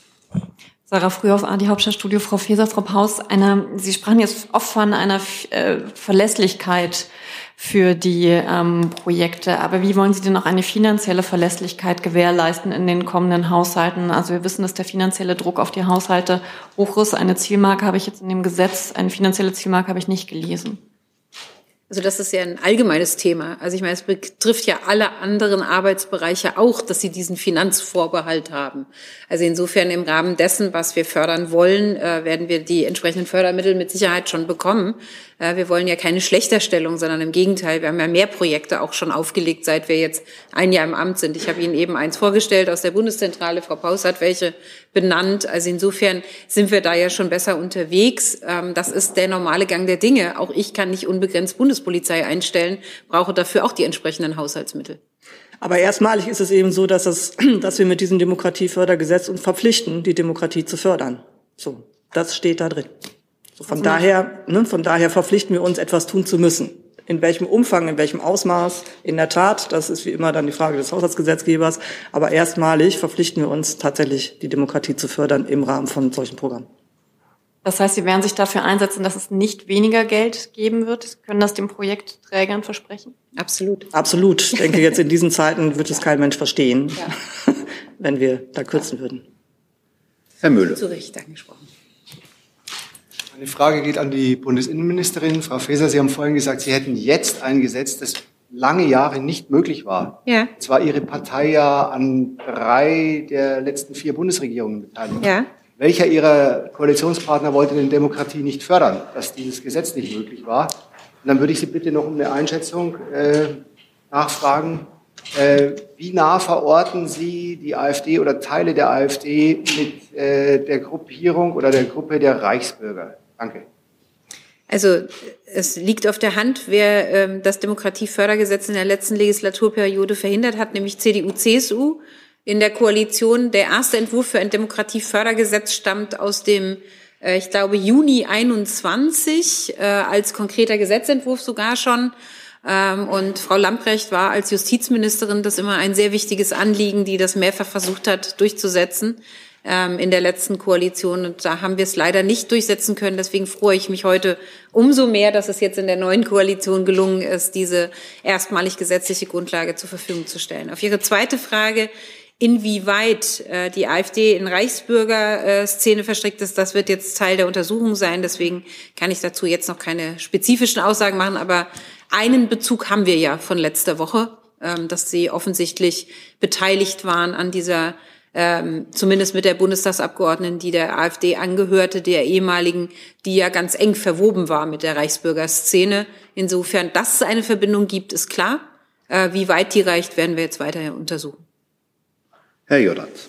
S10: Sarah Frühauf, ARD Hauptstadtstudio. Frau Faeser, Frau Paus, Sie sprachen jetzt oft von einer Verlässlichkeit für die Projekte. Aber wie wollen Sie denn auch eine finanzielle Verlässlichkeit gewährleisten in den kommenden Haushalten? Also wir wissen, dass der finanzielle Druck auf die Haushalte hoch ist. Eine Zielmarke habe ich jetzt in dem Gesetz, eine finanzielle Zielmarke habe ich nicht gelesen.
S3: Also das ist ja ein allgemeines Thema. Also ich meine, es betrifft ja alle anderen Arbeitsbereiche auch, dass sie diesen Finanzvorbehalt haben. Also insofern im Rahmen dessen, was wir fördern wollen, werden wir die entsprechenden Fördermittel mit Sicherheit schon bekommen. Wir wollen ja keine Schlechterstellung, sondern im Gegenteil. Wir haben ja mehr Projekte auch schon aufgelegt, seit wir jetzt ein Jahr im Amt sind. Ich habe Ihnen eben eins vorgestellt aus der Bundeszentrale. Frau Paus hat welche benannt. Also insofern sind wir da ja schon besser unterwegs. Das ist der normale Gang der Dinge. Auch ich kann nicht unbegrenzt Bundespolizei einstellen, brauche dafür auch die entsprechenden Haushaltsmittel.
S2: Aber erstmalig ist es eben so, dass wir mit diesem Demokratiefördergesetz uns verpflichten, die Demokratie zu fördern. So, das steht da drin. So, von daher verpflichten wir uns, etwas tun zu müssen. In welchem Umfang, in welchem Ausmaß? In der Tat, das ist wie immer dann die Frage des Haushaltsgesetzgebers. Aber erstmalig verpflichten wir uns tatsächlich, die Demokratie zu fördern im Rahmen von solchen Programmen.
S10: Das heißt, Sie werden sich dafür einsetzen, dass es nicht weniger Geld geben wird? Sie können das den Projektträgern versprechen?
S3: Absolut.
S2: Absolut. Ich denke, jetzt in diesen Zeiten wird es kein Mensch verstehen, wenn wir da kürzen würden.
S1: Herr Möhle.
S3: Zu Recht angesprochen.
S11: Meine Frage geht an die Bundesinnenministerin. Frau Faeser, Sie haben vorhin gesagt, Sie hätten jetzt ein Gesetz, das lange Jahre nicht möglich war.
S3: Ja.
S11: Jetzt war Ihre Partei ja an 3 der letzten 4 Bundesregierungen beteiligt.
S3: Ja.
S11: Welcher Ihrer Koalitionspartner wollte denn Demokratie nicht fördern, dass dieses Gesetz nicht möglich war? Und dann würde ich Sie bitte noch um eine Einschätzung nachfragen. Wie nah verorten Sie die AfD oder Teile der AfD mit der Gruppierung oder der Gruppe der Reichsbürger? Danke.
S3: Also es liegt auf der Hand, wer das Demokratiefördergesetz in der letzten Legislaturperiode verhindert hat, nämlich CDU, CSU. In der Koalition, der erste Entwurf für ein Demokratiefördergesetz stammt aus dem, ich glaube, Juni 21, als konkreter Gesetzentwurf sogar schon. Und Frau Lambrecht war als Justizministerin das immer ein sehr wichtiges Anliegen, die das mehrfach versucht hat durchzusetzen in der letzten Koalition. Und da haben wir es leider nicht durchsetzen können. Deswegen freue ich mich heute umso mehr, dass es jetzt in der neuen Koalition gelungen ist, diese erstmalig gesetzliche Grundlage zur Verfügung zu stellen. Auf Ihre zweite Frage, inwieweit die AfD in Reichsbürgerszene verstrickt ist, das wird jetzt Teil der Untersuchung sein. Deswegen kann ich dazu jetzt noch keine spezifischen Aussagen machen. Aber einen Bezug haben wir ja von letzter Woche, dass sie offensichtlich beteiligt waren an dieser, zumindest mit der Bundestagsabgeordneten, die der AfD angehörte, der ehemaligen, die ja ganz eng verwoben war mit der Reichsbürgerszene. Insofern, dass es eine Verbindung gibt, ist klar. Wie weit die reicht, werden wir jetzt weiter untersuchen.
S1: Herr Jordans.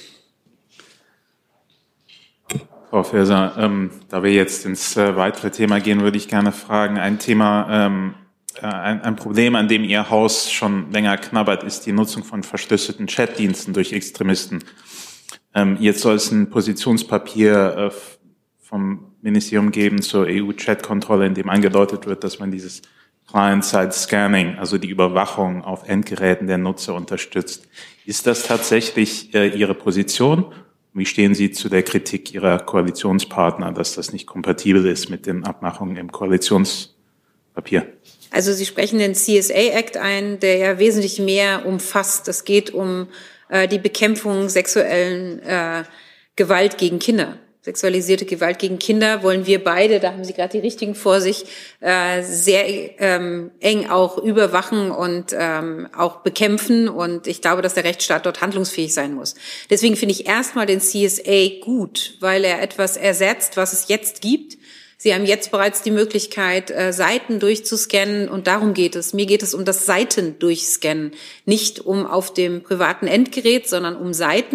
S12: Frau Faeser, da wir jetzt ins weitere Thema gehen, würde ich gerne fragen, ein Problem, an dem Ihr Haus schon länger knabbert, ist die Nutzung von verschlüsselten Chatdiensten durch Extremisten. Jetzt soll es ein Positionspapier vom Ministerium geben zur EU-Chat-Kontrolle, in dem angedeutet wird, dass man dieses Client-Side-Scanning, also die Überwachung auf Endgeräten der Nutzer unterstützt. Ist das tatsächlich Ihre Position? Wie stehen Sie zu der Kritik Ihrer Koalitionspartner, dass das nicht kompatibel ist mit den Abmachungen im Koalitionspapier?
S3: Also Sie sprechen den CSA-Act ein, der ja wesentlich mehr umfasst. Es geht um die Bekämpfung sexuellen Gewalt gegen Kinder. Sexualisierte Gewalt gegen Kinder wollen wir beide, da haben Sie gerade die Richtigen vor sich, sehr eng auch überwachen und auch bekämpfen. Und ich glaube, dass der Rechtsstaat dort handlungsfähig sein muss. Deswegen finde ich erstmal den CSA gut, weil er etwas ersetzt, was es jetzt gibt. Sie haben jetzt bereits die Möglichkeit, Seiten durchzuscannen und darum geht es. Mir geht es um das Seiten durchscannen, nicht um auf dem privaten Endgerät, sondern um Seiten,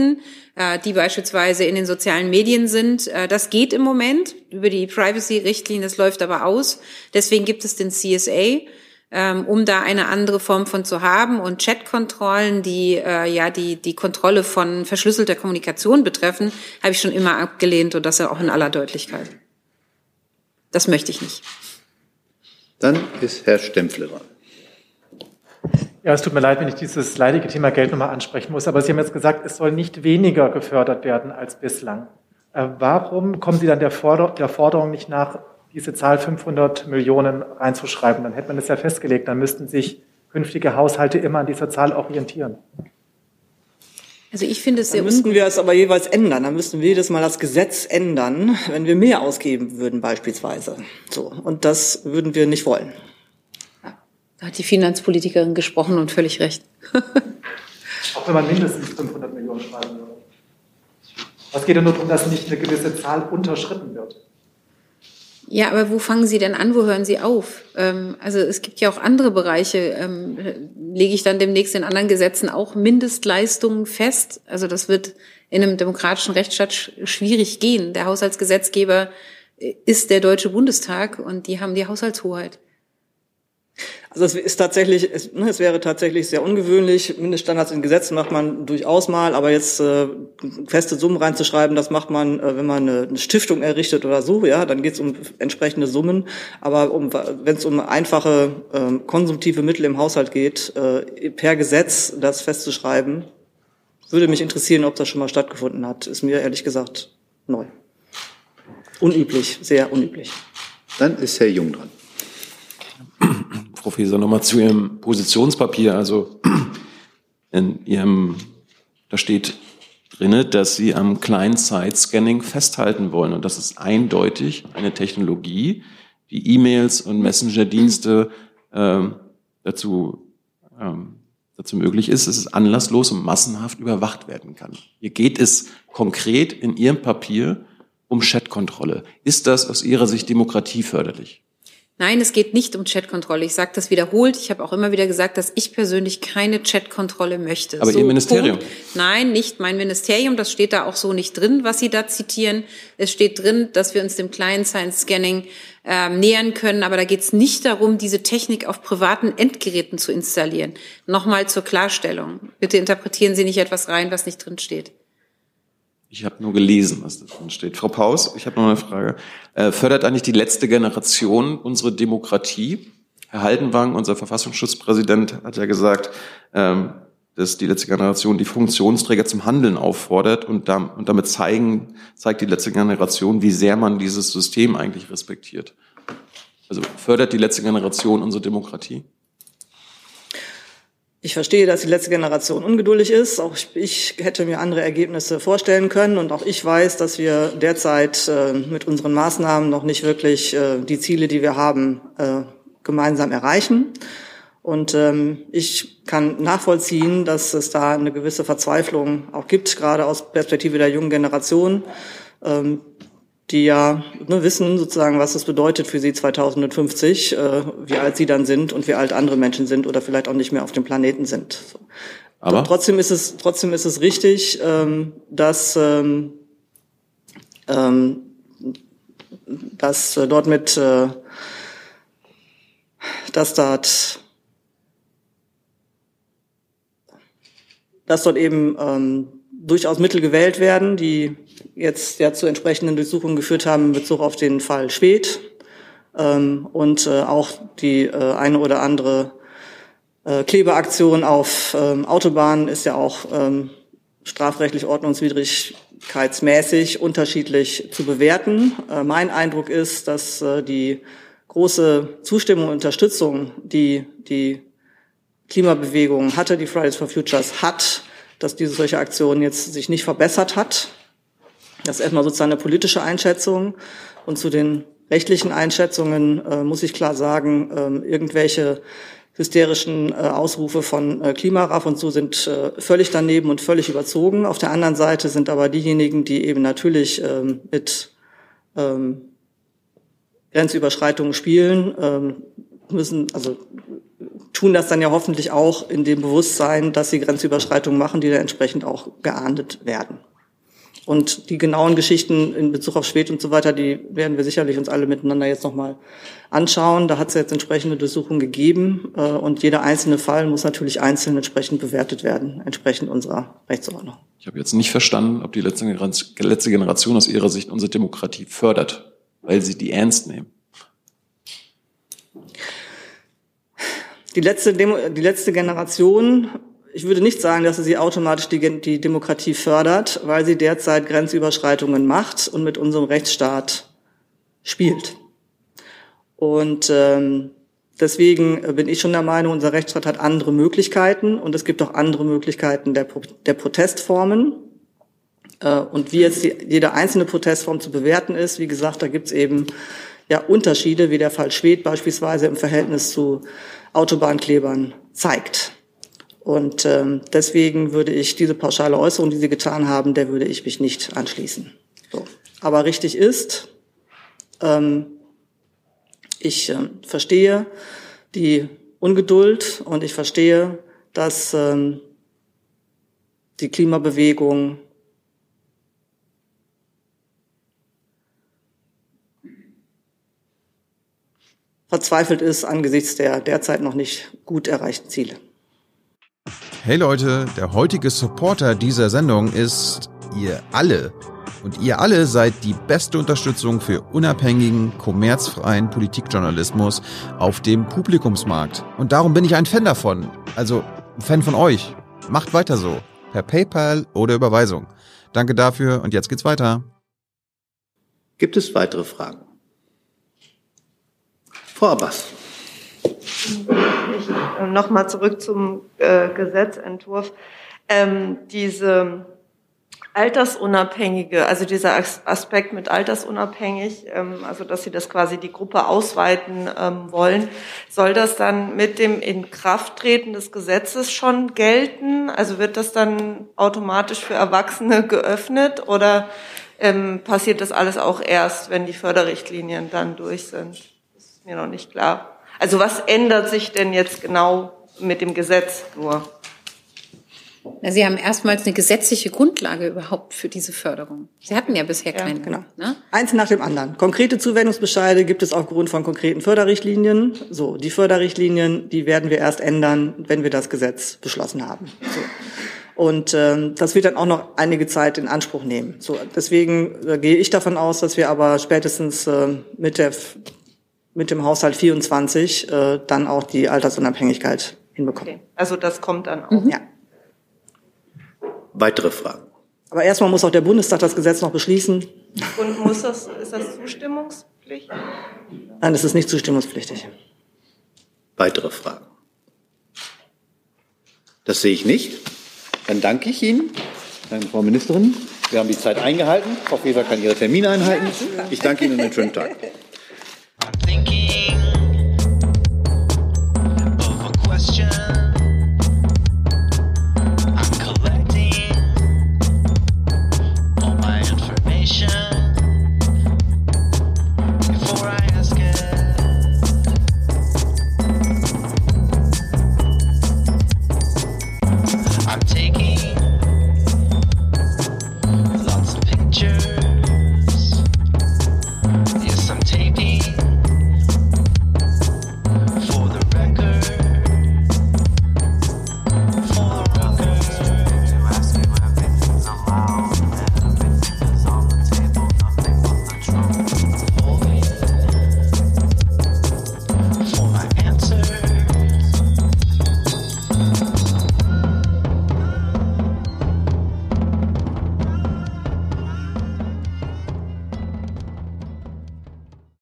S3: die beispielsweise in den sozialen Medien sind. Das geht im Moment über die Privacy-Richtlinie, das läuft aber aus. Deswegen gibt es den CSA, um da eine andere Form von zu haben. Und Chatkontrollen, die die Kontrolle von verschlüsselter Kommunikation betreffen, habe ich schon immer abgelehnt und das ja auch in aller Deutlichkeit. Das möchte ich nicht.
S1: Dann ist Herr Stempfle dran.
S5: Ja, es tut mir leid, wenn ich dieses leidige Thema Geld nochmal ansprechen muss, aber Sie haben jetzt gesagt, es soll nicht weniger gefördert werden als bislang. Warum kommen Sie dann der Forderung nicht nach, diese Zahl 500 Millionen reinzuschreiben? Dann hätte man das ja festgelegt, dann müssten sich künftige Haushalte immer an dieser Zahl orientieren.
S3: Also ich finde es sehr
S2: ungut. Dann müssten wir es aber jeweils ändern. Dann müssten wir jedes Mal das Gesetz ändern, wenn wir mehr ausgeben würden beispielsweise. So. Und das würden wir nicht wollen.
S3: Da hat die Finanzpolitikerin gesprochen und völlig recht.
S5: Auch wenn man mindestens 500 Millionen schreiben würde. Es geht ja nur darum, dass nicht eine gewisse Zahl unterschritten wird.
S3: Ja, aber wo fangen Sie denn an? Wo hören Sie auf? Also es gibt ja auch andere Bereiche. Lege ich dann demnächst in anderen Gesetzen auch Mindestleistungen fest? Also das wird in einem demokratischen Rechtsstaat schwierig gehen. Der Haushaltsgesetzgeber ist der Deutsche Bundestag und die haben die Haushaltshoheit.
S2: Also es wäre tatsächlich sehr ungewöhnlich. Mindeststandards in Gesetzen macht man durchaus mal, aber jetzt feste Summen reinzuschreiben, das macht man, wenn man eine Stiftung errichtet oder so, ja, dann geht es um entsprechende Summen. Aber wenn es um einfache konsumtive Mittel im Haushalt geht, per Gesetz das festzuschreiben, würde mich interessieren, ob das schon mal stattgefunden hat. Ist mir ehrlich gesagt neu. Unüblich, sehr unüblich.
S1: Dann ist Herr Jung dran.
S7: Frau Faeser, nochmal zu Ihrem Positionspapier. Also da steht drin, dass Sie am Client-Side-Scanning festhalten wollen. Und das ist eindeutig eine Technologie, die E-Mails und Messenger-Dienste dazu möglich ist, dass es anlasslos und massenhaft überwacht werden kann. Hier geht es konkret in Ihrem Papier um Chatkontrolle. Ist das aus Ihrer Sicht demokratieförderlich?
S3: Nein, es geht nicht um Chatkontrolle. Ich sage das wiederholt. Ich habe auch immer wieder gesagt, dass ich persönlich keine Chatkontrolle möchte.
S7: Aber Ihr Ministerium?
S3: Punkt. Nein, nicht mein Ministerium. Das steht da auch so nicht drin, was Sie da zitieren. Es steht drin, dass wir uns dem Client-Side-Scanning nähern können. Aber da geht es nicht darum, diese Technik auf privaten Endgeräten zu installieren. Nochmal zur Klarstellung. Bitte interpretieren Sie nicht etwas rein, was nicht drin steht.
S7: Ich habe nur gelesen, was da drin steht. Frau Paus, ich habe noch eine Frage. Fördert eigentlich die letzte Generation unsere Demokratie? Herr Haldenwang, unser Verfassungsschutzpräsident, hat ja gesagt, dass die letzte Generation die Funktionsträger zum Handeln auffordert und damit zeigt die letzte Generation, wie sehr man dieses System eigentlich respektiert. Also fördert die letzte Generation unsere Demokratie?
S2: Ich verstehe, dass die letzte Generation ungeduldig ist. Auch ich hätte mir andere Ergebnisse vorstellen können. Und auch ich weiß, dass wir derzeit mit unseren Maßnahmen noch nicht wirklich die Ziele, die wir haben, gemeinsam erreichen. Und ich kann nachvollziehen, dass es da eine gewisse Verzweiflung auch gibt, gerade aus Perspektive der jungen Generation, die ja wissen sozusagen, was es bedeutet für sie 2050, wie alt sie dann sind und wie alt andere Menschen sind oder vielleicht auch nicht mehr auf dem Planeten sind. So. Aber trotzdem ist es richtig, dass dort eben durchaus Mittel gewählt werden, die jetzt ja zu entsprechenden Durchsuchungen geführt haben in Bezug auf den Fall Schwedt und auch die eine oder andere Klebeaktion auf Autobahnen ist ja auch strafrechtlich ordnungswidrigkeitsmäßig unterschiedlich zu bewerten. Mein Eindruck ist, dass die große Zustimmung und Unterstützung, die die Klimabewegung hatte, die Fridays for Futures hat, dass diese solche Aktionen jetzt sich nicht verbessert hat. Das ist erstmal sozusagen eine politische Einschätzung. Und zu den rechtlichen Einschätzungen muss ich klar sagen, irgendwelche hysterischen Ausrufe von Klimaraff und so sind völlig daneben und völlig überzogen. Auf der anderen Seite sind aber diejenigen, die eben natürlich mit Grenzüberschreitungen spielen, tun das dann ja hoffentlich auch in dem Bewusstsein, dass sie Grenzüberschreitungen machen, die dann entsprechend auch geahndet werden. Und die genauen Geschichten in Bezug auf Schwedt und so weiter, die werden wir sicherlich uns alle miteinander jetzt nochmal anschauen. Da hat es jetzt entsprechende Untersuchungen gegeben und jeder einzelne Fall muss natürlich einzeln entsprechend bewertet werden, entsprechend unserer Rechtsordnung.
S7: Ich habe jetzt nicht verstanden, ob die letzte Generation aus Ihrer Sicht unsere Demokratie fördert, weil sie die ernst nehmen.
S2: Die letzte Generation, ich würde nicht sagen, dass sie automatisch die Demokratie fördert, weil sie derzeit Grenzüberschreitungen macht und mit unserem Rechtsstaat spielt. Und deswegen bin ich schon der Meinung, unser Rechtsstaat hat andere Möglichkeiten und es gibt auch andere Möglichkeiten der Protestformen. Und wie jetzt jede einzelne Protestform zu bewerten ist, wie gesagt, da gibt es eben ja Unterschiede, wie der Fall Schwedt beispielsweise im Verhältnis zu Autobahnklebern zeigt. Und deswegen würde ich diese pauschale Äußerung, die Sie getan haben, der würde ich mich nicht anschließen. So. Aber richtig ist, ich verstehe die Ungeduld und ich verstehe, dass die Klimabewegung verzweifelt ist angesichts der derzeit noch nicht gut erreichten Ziele.
S13: Hey Leute, der heutige Supporter dieser Sendung ist ihr alle. Und ihr alle seid die beste Unterstützung für unabhängigen, kommerzfreien Politikjournalismus auf dem Publikumsmarkt. Und darum bin ich ein Fan davon. Also ein Fan von euch. Macht weiter so. Per PayPal oder Überweisung. Danke dafür und jetzt geht's weiter.
S1: Gibt es weitere Fragen? Frau Abbas.
S8: Nochmal zurück zum Gesetzentwurf. Diese altersunabhängige, also dieser Aspekt mit altersunabhängig, also dass Sie das quasi die Gruppe ausweiten wollen, soll das dann mit dem Inkrafttreten des Gesetzes schon gelten? Also wird das dann automatisch für Erwachsene geöffnet oder passiert das alles auch erst, wenn die Förderrichtlinien dann durch sind? Das ist mir noch nicht klar. Also was ändert sich denn jetzt genau mit dem Gesetz nur?
S3: Sie haben erstmals eine gesetzliche Grundlage überhaupt für diese Förderung. Sie hatten ja bisher keine.
S2: Genau.
S3: Ne?
S2: Eins nach dem anderen. Konkrete Zuwendungsbescheide gibt es aufgrund von konkreten Förderrichtlinien. So, die Förderrichtlinien, die werden wir erst ändern, wenn wir das Gesetz beschlossen haben. So. Und das wird dann auch noch einige Zeit in Anspruch nehmen. So, deswegen gehe ich davon aus, dass wir aber spätestens mit dem Haushalt 24 dann auch die Altersunabhängigkeit hinbekommen.
S8: Okay. Also das kommt dann auch.
S2: Ja.
S1: Weitere Fragen?
S2: Aber erstmal muss auch der Bundestag das Gesetz noch beschließen.
S8: Und ist das Zustimmungspflicht?
S2: Nein, es ist nicht zustimmungspflichtig.
S1: Weitere Fragen? Das sehe ich nicht. Dann danke ich Ihnen. Danke, Frau Ministerin. Wir haben die Zeit eingehalten. Frau Faeser kann ihre Termine einhalten. Ich danke Ihnen und einen schönen Tag.